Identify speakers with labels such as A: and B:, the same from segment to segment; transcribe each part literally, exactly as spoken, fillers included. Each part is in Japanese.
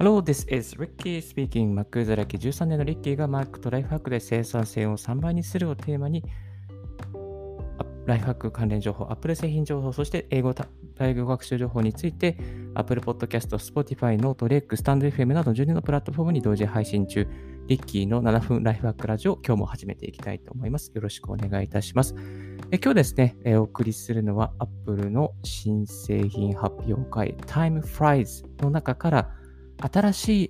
A: Hello, this is Ricky speaking. Mac ザ歴じゅうさんねんのリッキーが Mac とライフハックで生産性をさんばいにするをテーマに、ライフハック関連情報、Apple 製品情報、そして英語大語学習情報について Apple Podcast、Spotify、Note、Lex、StandFM などじゅうにのプラットフォームに同時配信中、リッキーのななふんライフハックラジオ、今日も始めていきたいと思います。よろしくお願いいたします。え今日ですね、えお送りするのは Apple の新製品発表会 Time Flies の中から新しい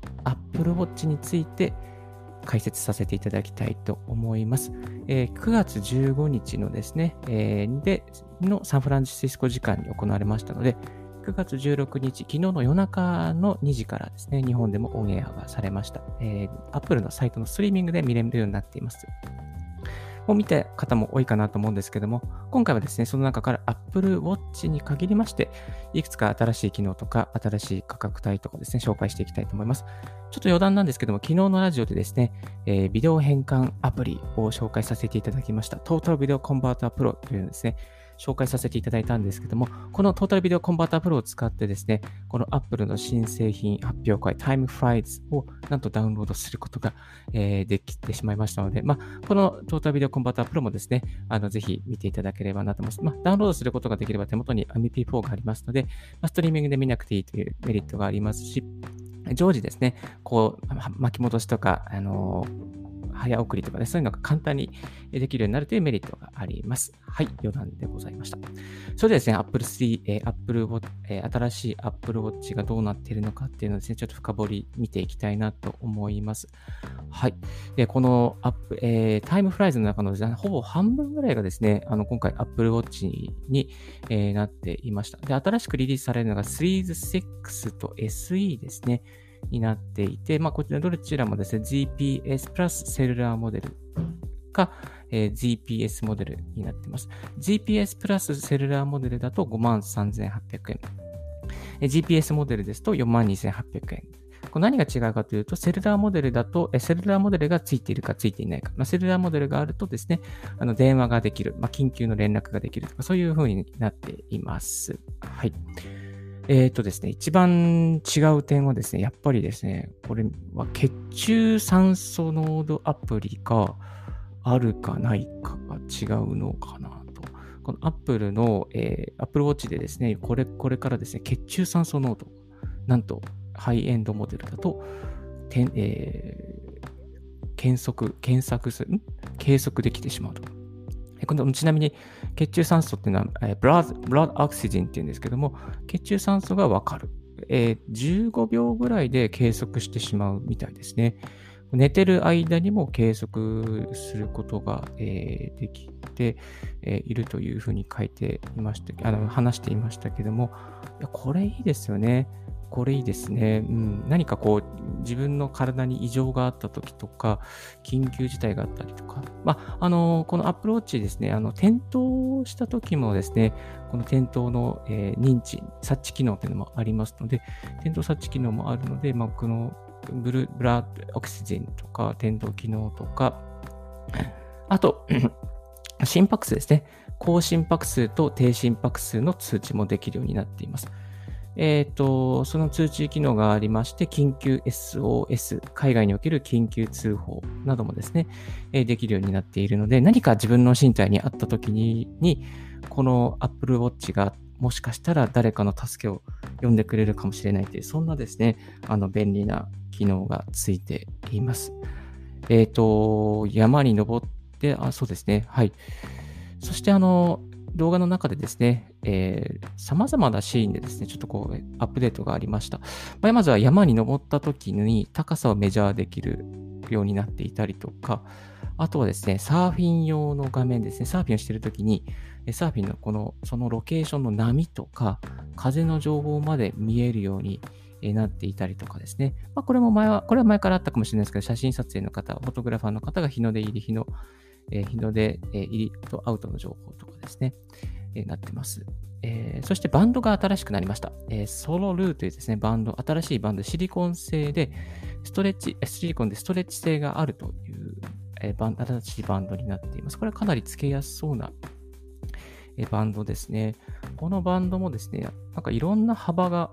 A: Apple Watch について解説させていただきたいと思います。えー、くがつじゅうごにちのですね、えー、でのサンフランシスコ時間に行われましたので、くがつじゅうろくにち、昨日の夜中のにじからですね、日本でもオンエアがされました。えー、Apple のサイトのストリーミングで見れるようになっています。もう見た方も多いかなと思うんですけども、今回はですね、その中から Apple Watch に限りまして、いくつか新しい機能とか、新しい価格帯とかですね、紹介していきたいと思います。ちょっと余談なんですけども、昨日のラジオでですね、えー、ビデオ変換アプリを紹介させていただきました。Total Video Converter Pro というのですね、紹介させていただいたんですけども、この Total Video Converter Pro を使ってですね、この Apple の新製品発表会 Time Flies をなんとダウンロードすることが、えー、できてしまいましたので、まあ、この Total Video Converter Pro もですね、あのぜひ見ていただければなと思います。まあ、ダウンロードすることができれば手元に エムピーフォー がありますので、まあ、ストリーミングで見なくていいというメリットがありますし、常時ですね、こう巻き戻しとか、あのー早送りとかね、そういうのが簡単にできるようになるというメリットがあります。はい、余談でございました。それでですね、Apple スリー、えー、Apple Watch、えー、新しい Apple Watch がどうなっているのかっていうのをですね、ちょっと深掘り見ていきたいなと思います。はい。で、このアップ、えー、Time Flies の中のですね、ほぼ半分ぐらいがですね、あの今回 Apple Watch に、にえー、なっていました。で、新しくリリースされるのが スリーズシックスと エスイー ですね。になっていて、まあ、こちらどちらもですね、ジーピーエス プラスセルラーモデルか、えー、ジーピーエス モデルになっています。ジーピーエス プラスセルラーモデルだと ごまんさんぜんはっぴゃくえん。えー、ジーピーエス モデルですと よんまんにせんはっぴゃくえん。これ何が違うかというと、セルラーモデルだと、えセルラーモデルがついているかついていないか。まあ、セルラーモデルがあるとですね、あの電話ができる、まあ、緊急の連絡ができるとか、そういう風になっています。はい。えっとですね、一番違う点はですね、やっぱりですね、これは血中酸素濃度アプリがあるかないかが違うのかなと。この Apple の、えー、Apple Watch でですね、これ、これからですね、血中酸素濃度、なんとハイエンドモデルだと、えー、検測、検索する、ん計測できてしまうと。このちなみに血中酸素っていうのは、えー、ブラッド、ブラッドオキシジンっていうんですけども、血中酸素がわかる、えー。じゅうごびょうぐらいで計測してしまうみたいですね。寝てる間にも計測することが、えー、できて、えー、いるというふうに書いていました、あの話していましたけども、いやこれいいですよね。これいいですね。うん、何かこう、自分の体に異常があった時とか、緊急事態があったりとか、まあ、あの、この Apple Watch ですね、あの、転倒した時もですね、この転倒の、えー、認知、察知機能っていうのもありますので、転倒察知機能もあるので、まあ、このブル、ブラッドオキシジンとか、転倒機能とか、あと、心拍数ですね。高心拍数と低心拍数の通知もできるようになっています。えっと、その通知機能がありまして、緊急 エスオーエス、海外における緊急通報などもですね、えー、できるようになっているので、何か自分の身体にあった時に、にこの Apple Watch がもしかしたら誰かの助けを呼んでくれるかもしれないという、そんなですね、あの便利な機能がついています。えっと、山に登って、あ、そうですね、はい。そしてあの、動画の中でですね、えー、様々なシーンでですね、ちょっとこう、アップデートがありました。まあ、まずは山に登った時に高さをメジャーできるようになっていたりとか、あとはですね、サーフィン用の画面ですね、サーフィンをしている時に、サーフィンのこの、そのロケーションの波とか、風の情報まで見えるようになっていたりとかですね。まあ、これも前は、これは前からあったかもしれないですけど、写真撮影の方、フォトグラファーの方が日の出入り、日のえー、日の出、えー、入りとアウトの情報とかですね、えー、なってます。えー、そしてバンドが新しくなりました。えー、ソロルーというですね、バンド、新しいバンド、シリコン製で、ストレッチ、シリコンでストレッチ性があるという、えー、バン新しいバンドになっています。これはかなりつけやすそうな、えー、バンドですね。このバンドもですね、なんかいろんな幅が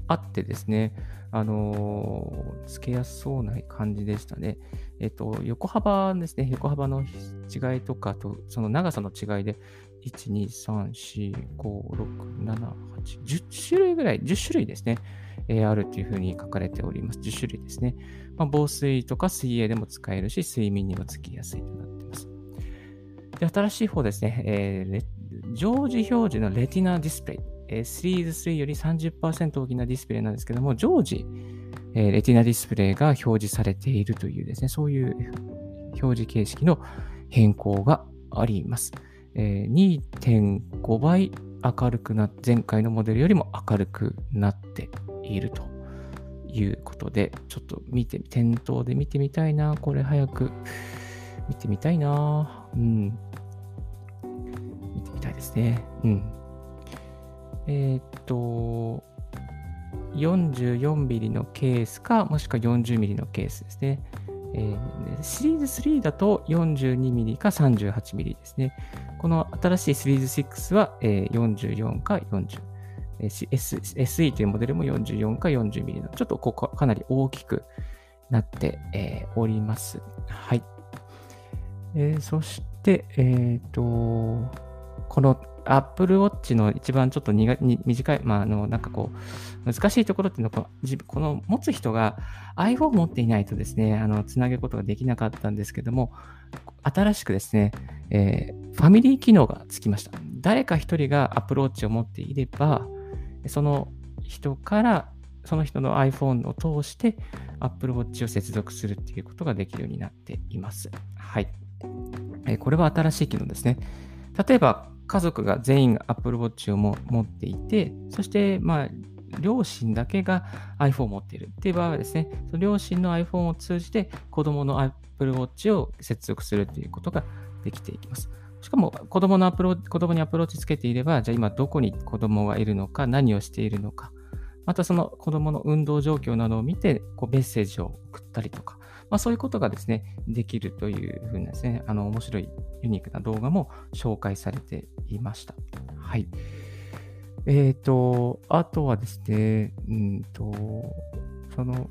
A: あってですね、あのーつけやすそうな感じでしたね。えっと、横幅ですね、横幅の違いとかと、その長さの違いで、いち、に、さん、よん、ご、ろく、なな、はち、じゅっ種類ぐらい、じゅっ種類ですね、えーあるというふうに書かれております。じゅっ種類ですね。まあ、防水とか水泳でも使えるし、睡眠にもつきやすいとなっています。で、新しい方ですね、えーレ常時表示のレティナディスプレイ、えーシリーズスリーよりさんじゅっパーセント大きなディスプレイなんですけども、常時、えーレティナディスプレイが表示されているというですね、そういう表示形式の変更があります。えーにてんごばい明るくなって、前回のモデルよりも明るくなっているということで、ちょっと見て、店頭で見てみたいな、これ早く見てみたいな、うん。見てみたいですね。うん。えーっと、よんじゅうよんミリのケースか、もしくはよんじゅうミリのケースですね。えーシリーズスリーだとよんじゅうにミリか さんじゅうはちミリ ですね。この新しいシリーズシックスは、えーよんじゅうよんかよんじゅう。えー S- エスイー というモデルもよんじゅうよんかよんじゅうミリの、ちょっとここかなり大きくなって、えーおります。はい。えーそして、えっと、この Apple Watch の一番ちょっとにがに短い、まあ、あの、なんかこう、難しいところっていうのは、この自この持つ人が iPhone を持っていないとですね、あの、つなげることができなかったんですけども、新しくですね、えーファミリー機能がつきました。誰か一人が Apple Watch を持っていれば、その人から、その人の iPhone を通して Apple Watch を接続するっていうことができるようになっています。はい。えーこれは新しい機能ですね。例えば、家族が全員が Apple Watch をも持っていて、そして、まあ、両親だけが iPhone を持っているっていう場合はですね、その両親の iPhone を通じて子供の Apple Watch を接続するということができていきます。しかも、子供の Apple Watch、子供に Apple Watch つけていれば、じゃあ今どこに子供がいるのか、何をしているのか、またその子供の運動状況などを見て、こうメッセージを送ったりとか、まあ、そういうことがですね、できるというふうなですね、あの、面白いユニークな動画も紹介されていました。はい。えっと、あとはですね、うんと、その、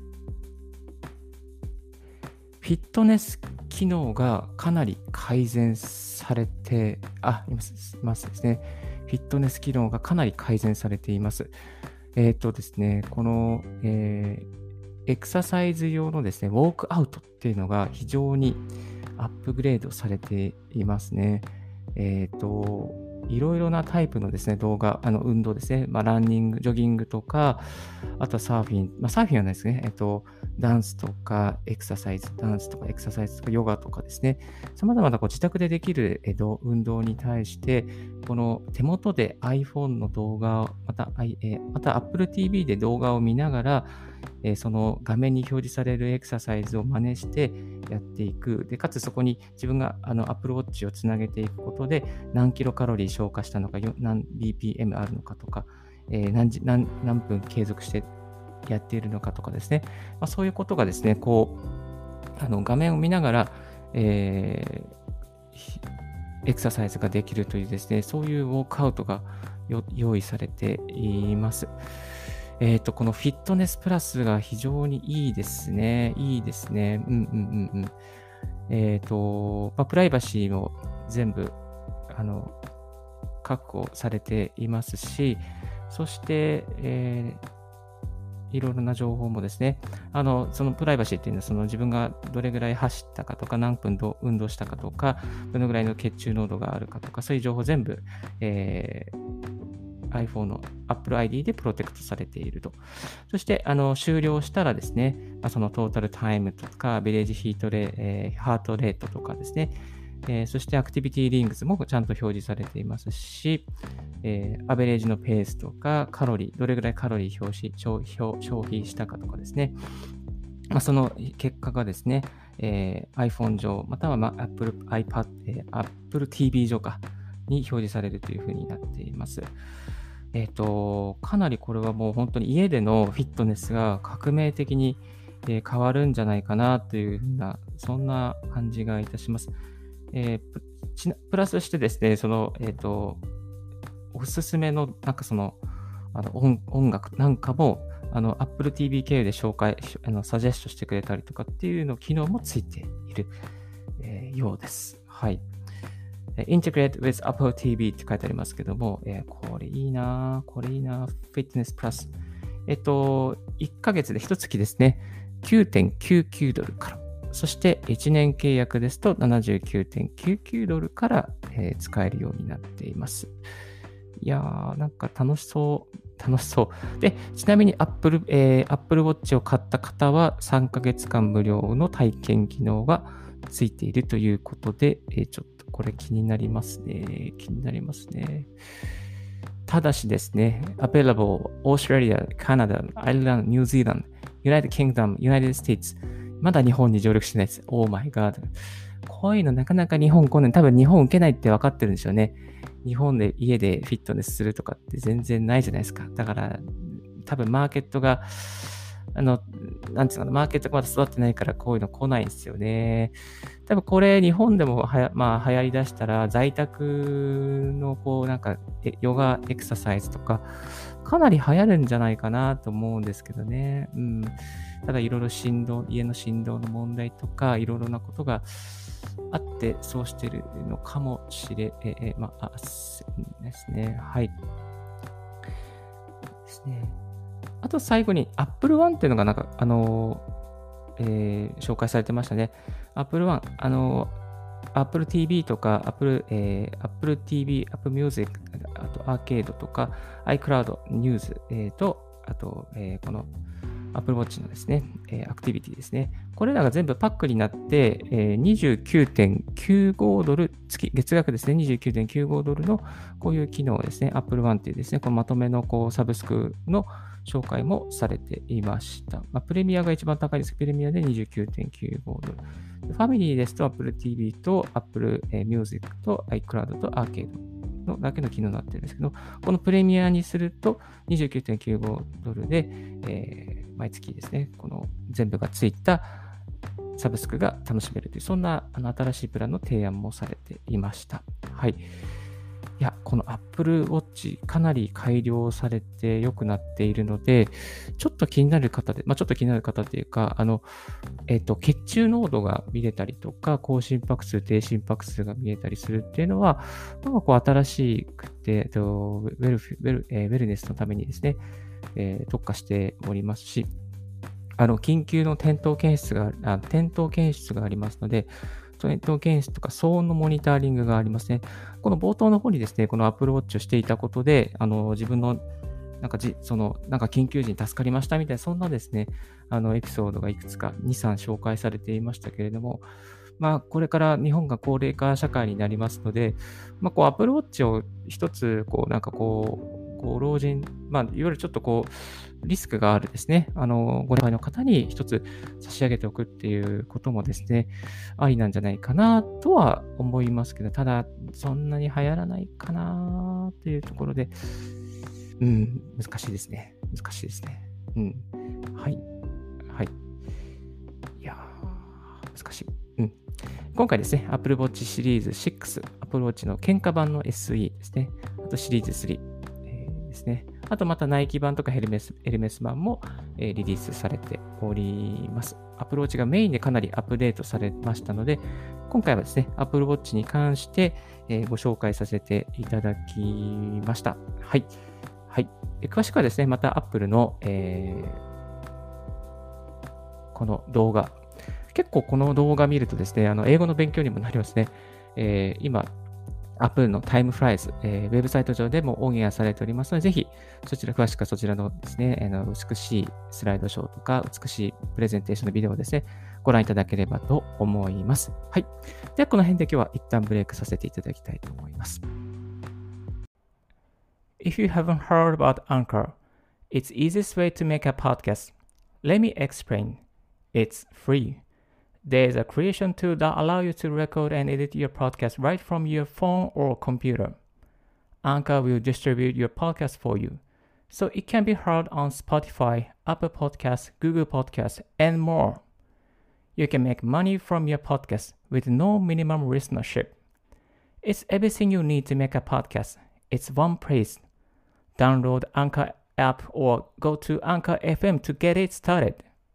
A: フィットネス機能がかなり改善されて、あ、います、いますですね。フィットネス機能がかなり改善されています。えっとですね、この、えーエクササイズ用のですね、ウォークアウトっていうのが非常にアップグレードされていますね。えっと、いろいろなタイプのですね、動画、あの、運動ですね、まあ、ランニング、ジョギングとか、あとはサーフィン、まあ、サーフィンはないですね、えっと、ダンスとか、エクササイズ、ダンスとか、エクササイズとか、ヨガとかですね、様々なこう自宅でできる、えっと、運動に対して、この手元で iPhone の動画を、また、I- えーまた Apple ティーブイ で動画を見ながら、えーその画面に表示されるエクササイズを真似してやっていく。で、かつそこに自分があの Apple Watch をつなげていくことで、何キロカロリー消化したのか、よ何 ビーピーエム あるのかとか、えー何時何何分継続してやっているのかとかですね。まあ、そういうことがですね、こう、あの画面を見ながら、えーひエクササイズができるというですね、そういうウォークアウトがよ用意されています。えっと、このフィットネスプラスが非常にいいですね。いいですね。うんうんうんうん。えっと、まあ、プライバシーも全部、あの、確保されていますし、そして、えーいろいろな情報もですね、あの、そのプライバシーっていうのは、その自分がどれぐらい走ったかとか、何分ど運動したかとか、どのぐらいの血中濃度があるかとか、そういう情報全部、えー iPhone の Apple アイディー でプロテクトされていると。そして、あの、終了したらですね、まあ、そのトータルタイムとか、ビレージヒートレ、えーハートレートとかですね、えーそしてアクティビティリングスもちゃんと表示されていますし、えーアベレージのペースとか、カロリー、どれぐらいカロリー表示消費消費したかとかですね、まあ、その結果がですね、えー iPhone 上、または、まあ、Apple iPad、えー Apple ティーブイ 上かに表示されるというふうになっています。えっと、かなりこれはもう本当に家でのフィットネスが革命的にえー変わるんじゃないかなというふうな、そんな感じがいたします。えープちなプラスしてですね、その、えっと、おすすめの、なんかその、あの音音楽なんかもあの Apple ティーブイ 経由で紹介、あのサジェストしてくれたりとかっていうの機能もついている、えー、ようです。はい。Integrate with Apple ティーブイ って書いてありますけども、えー、これいいなこれいいな Fitness Plus。えっと、いっかげつでいちがつですね、きゅうてんきゅうきゅうドルから。そしていちねん契約ですと ななじゅうきゅうてんきゅうきゅうドルから、えー、使えるようになっています。いやー、なんか楽しそう。楽しそう。で、ちなみに Apple、えー、Apple Watch を買った方はさんかげつかん無料の体験機能がついているということで、えー、ちょっとこれ気になりますね。気になりますね。ただしですね、Available Australia, Canada, Ireland, New Zealand, United Kingdom, United States まだ日本に上陸してないです。Oh my god。こういうのなかなか日本来ない。多分日本受けないって分かってるんでしょうね。日本で家でフィットネスするとかって全然ないじゃないですか。だから多分マーケットが、あの、なんていうのかな、マーケットがまだ育ってないからこういうの来ないんですよね。多分これ日本でもはや、まあ、流行り出したら在宅のこうなんかヨガエクササイズとかかなり流行るんじゃないかなと思うんですけどね。うん。ただいろいろ振動、家の振動の問題とかいろいろなことがあってそうしてるのかもしれ、ええまあ、ですね。はい。ですね。あと最後に Apple One っていうのがなんか、あのーえー、紹介されてましたね。Apple One、あのー、Apple ティーブイ とか Apple、えー、Apple ティーブイ、Apple Music、あと Arcade とか iCloud、News、えー、と、あと、えー、このApple Watch のですね、えー、アクティビティですね。これらが全部パックになって、えー、にじゅうきゅうてんきゅうごドル、月、月額ですね、にじゅうきゅうてんきゅうごドルのこういう機能をですね、Apple One っていうですね、このまとめのこうサブスクの紹介もされていました。まあ、プレミアが一番高いです。プレミアで にじゅうきゅうてんきゅうごドル。ファミリーですと Apple ティーブイ と Apple Music と iCloud と Arcade のだけの機能になってるんですけど、このプレミアにすると にじゅうきゅうてんきゅうごドルで、えー、毎月ですね、この全部がついたサブスクが楽しめるという、そんなあの新しいプランの提案もされていました。はい。いや、この Apple Watch かなり改良されて良くなっているので、ちょっと気になる方で、まあちょっと気になる方というか、あの、えっと、血中濃度が見れたりとか、高心拍数、低心拍数が見えたりするっていうのは、なんかこう新しくて、えっと、ウェル、ウェル、えー、ウェルネスのためにですね、えー、特化しておりますし、あの、緊急の転倒検出が、あ転倒検出がありますので、転倒検出とか騒音のモニタリングがありますね。この冒頭の方にですね、この Apple Watch をしていたことで、あの、自分のなんかじ、その、なんか緊急時に助かりましたみたいな、そんなですね、あの、エピソードがいくつか、に、さん紹介されていましたけれども、まあ、これから日本が高齢化社会になりますので、まあ、こう、Apple Watch を一つ、こう、なんかこう、こう老人、まあ、いわゆるちょっとこう、リスクがあるですね、あの、ご年配の方に一つ差し上げておくっていうこともですね、ありなんじゃないかなとは思いますけど、ただ、そんなに流行らないかなというところで、うん、難しいですね。難しいですね。うん。はい。はい。いやー、難しい。うん。今回ですね、Apple Watch シリーズろく、Apple Watch の喧嘩版の エスイー ですね。あとシリーズさん、えー、ですね。あとまたナイキ版とかヘルメス、ヘルメス版も、えー、リリースされております。Apple Watch がメインでかなりアップデートされましたので、今回はですね、Apple Watch に関して、えー、ご紹介させていただきました。はい。はい。詳しくはですね、また Apple の、えー、この動画、結構この動画見るとですね、あの英語の勉強にもなりますね。えー、今、Apple の Time Flies、えー、ウェブサイト上でもオンエアされておりますので、ぜひそちら、詳しくはそちらのですね、あの美しいスライドショーとか、美しいプレゼンテーションのビデオをですね、ご覧いただければと思います。はい。では、この辺で今日は一旦ブレイクさせていただきたいと思います。If you haven't heard about Anchor, it's the easiest way to make a podcast. Let me explain. It's free. There is a creation tool that allows you to record and edit your podcast right from your phone or computer. Anchor will distribute your podcast for you, so it can be heard on Spotify, Apple Podcasts, Google Podcasts, and more. You can make money from your podcast with no minimum listenership. It's everything you need to make a podcast. It's one place. Download Anchor app or go to Anchor エフエム to get it started.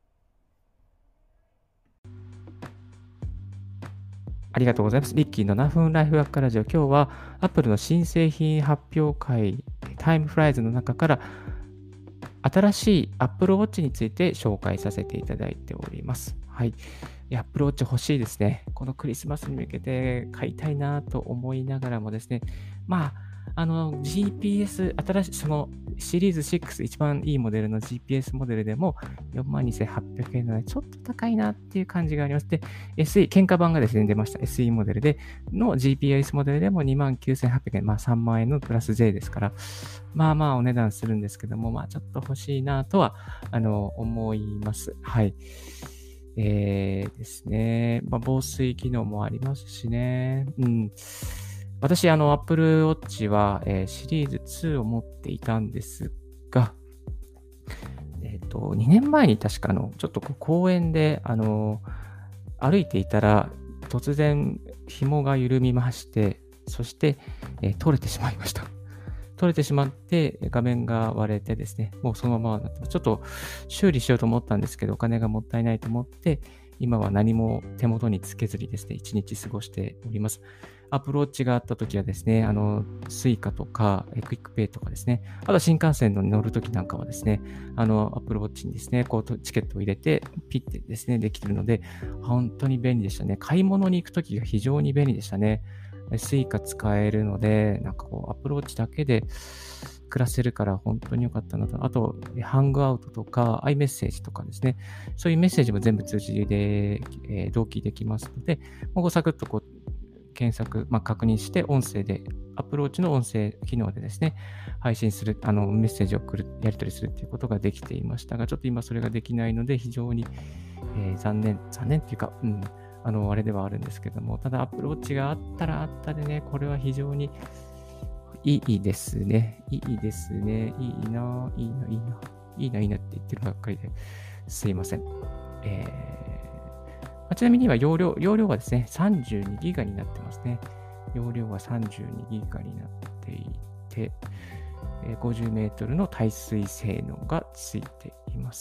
A: ありがとうございます。リッキーのななふんライフワークラジオ。今日は Apple の新製品発表会タイムフライズの中から新しい Apple Watch について紹介させていただいております。はい。Apple Watch 欲しいですね。このクリスマスに向けて買いたいなと思いながらもですね、まあ、あの ジーピーエス、新しいそのシリーズろく、一番いいモデルの ジーピーエス モデルでも よんまんにせんはっぴゃくえんなのでちょっと高いなっていう感じがあります。で、エスイー、喧嘩版がですね、出ました。エスイー モデルでの ジーピーエス モデルでも にまんきゅうせんはっぴゃくえん、まあさんまんえんのプラス税ですから、まあまあお値段するんですけども、まあちょっと欲しいなとは、あの、思います。はい。えーですね、まあ、防水機能もありますしね。うん。私、あの、Apple Watch は、えー、シリーズツーを持っていたんですが、えっと、にねんまえに確か、あの、ちょっとこう公園で、あの、歩いていたら、突然、紐が緩みまして、そして、えー、取れてしまいました。取れてしまって画面が割れてですね、もうそのままなってます。ちょっと修理しようと思ったんですけど、お金がもったいないと思って、今は何も手元につけずにですね、一日過ごしております。アプローチがあった時はですね、あの、スイカとか、クイックペイとかですね、あと新幹線に乗る時なんかはですね、あの、アプローチにですね、こう、チケットを入れて、ピッてですね、できてるので、本当に便利でしたね。買い物に行く時が非常に便利でしたね。スイカ使えるので、なんかこう、アプローチだけで暮らせるから本当に良かったなと。あと、ハングアウトとか、iMessage とかですね。そういうメッセージも全部通知で、えー、同期できますので、もうサクッとこう、検索、まあ、確認して、音声で、アプローチの音声機能でですね、配信する、あの、メッセージを送る、やり取りするっていうことができていましたが、ちょっと今それができないので、非常に、えー、残念、残念っていうか、うん、あの、あれではあるんですけども、ただアプローチがあったらあったでね、これは非常にいいですね。いいですね。いいな、いいな、いいな、いいな、いいなって言ってるばっかりですいません。えー、ちなみに今容量、容量はですね、さんじゅうにギガになってますね。容量はさんじゅうにギガになっていて、ごじゅうメートルの耐水性能がついています。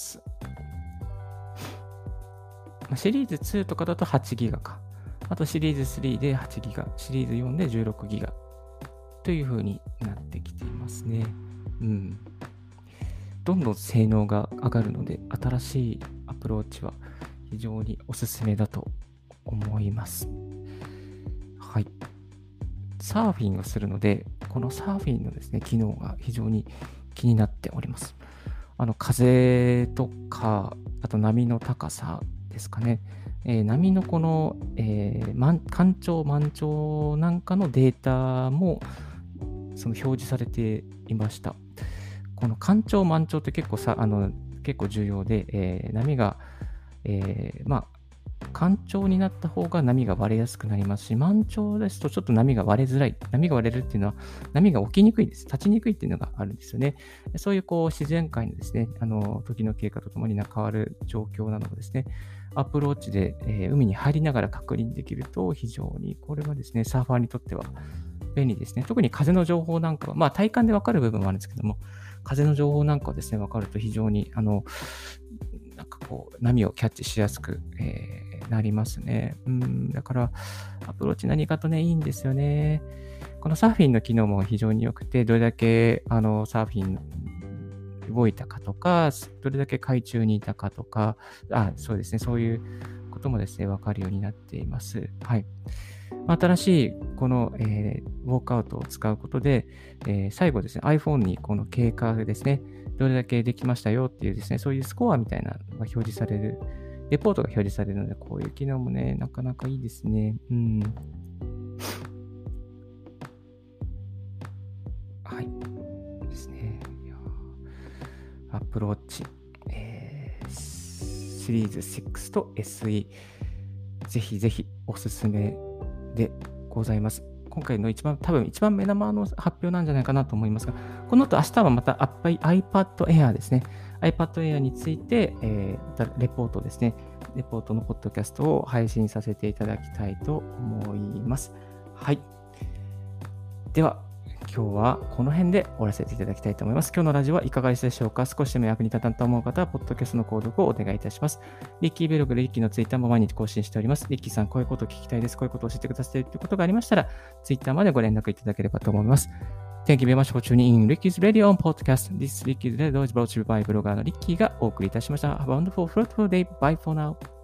A: シリーズツーとかだとはちギガか。あとシリーズスリーではちギガ、シリーズよんでじゅうろくギガという風になってきていますね。うん。どんどん性能が上がるので、新しいアプローチは非常におすすめだと思います。はい。サーフィンをするので、このサーフィンのですね、機能が非常に気になっております。あの、風とか、あと波の高さですかね。えー、波のこの、えー、満干潮、満潮なんかのデータもその表示されていました。この干潮、満潮って結構さ、あの、結構重要で、えー、波が、えー、まあ、干潮になった方が波が割れやすくなりますし、満潮ですとちょっと波が割れづらい。波が割れるっていうのは、波が起きにくいです。立ちにくいっていうのがあるんですよね。そういうこう自然界のですね、あの、時の経過とともに変わる状況なのをですね、アプローチで、えー、海に入りながら確認できると、非常にこれはですね、サーファーにとっては便利ですね。特に風の情報なんかは、まあ体感でわかる部分もあるんですけども、風の情報なんかをですね、わかると非常に、あの、なんかこう、波をキャッチしやすく、えー、なりますね。うん、だから、アプローチ何かとね、いいんですよね。このサーフィンの機能も非常に良くて、どれだけ、あの、サーフィン、動いたかとか、どれだけ海中にいたかとか、あ、そうですね、そういうこともですね、わかるようになっています。はい。新しいこの、えー、ウォークアウトを使うことで、えー、最後ですね、iPhone にこの経過ですね、どれだけできましたよっていうですね、そういうスコアみたいなのが表示される、レポートが表示されるので、こういう機能もね、なかなかいいですね。うん。はい。ですね。Apple Watch、えー、シリーズろくと エスイー、ぜひぜひおすすめでございます。今回の一番、多分一番目玉の発表なんじゃないかなと思いますが、この後明日はまた iPad Air ですね。iPad Air について、えー、レポートですね。レポートのポッドキャストを配信させていただきたいと思います。はい。では、 今日はこの辺で終わらせていただきたいと思います。今日のラジオはいかがでしたでしょうか。少しでも役に立たんと思う方は、ポッドキャストの購読をお願いいたします。リッキーブログ、リッキーのツイッターも毎日更新しております。リッキーさん、こういうことを聞きたいです。こういうことを教えてくださっているということがありましたら、ツイッターまでご連絡いただければと思います。Thank you very much for tuning in Ricky's Radio on Podcast. This Ricky's Radio is brought to you by ブロガーのリッキーがお送りいたしました。Have a wonderful, fruitful day. Bye for now.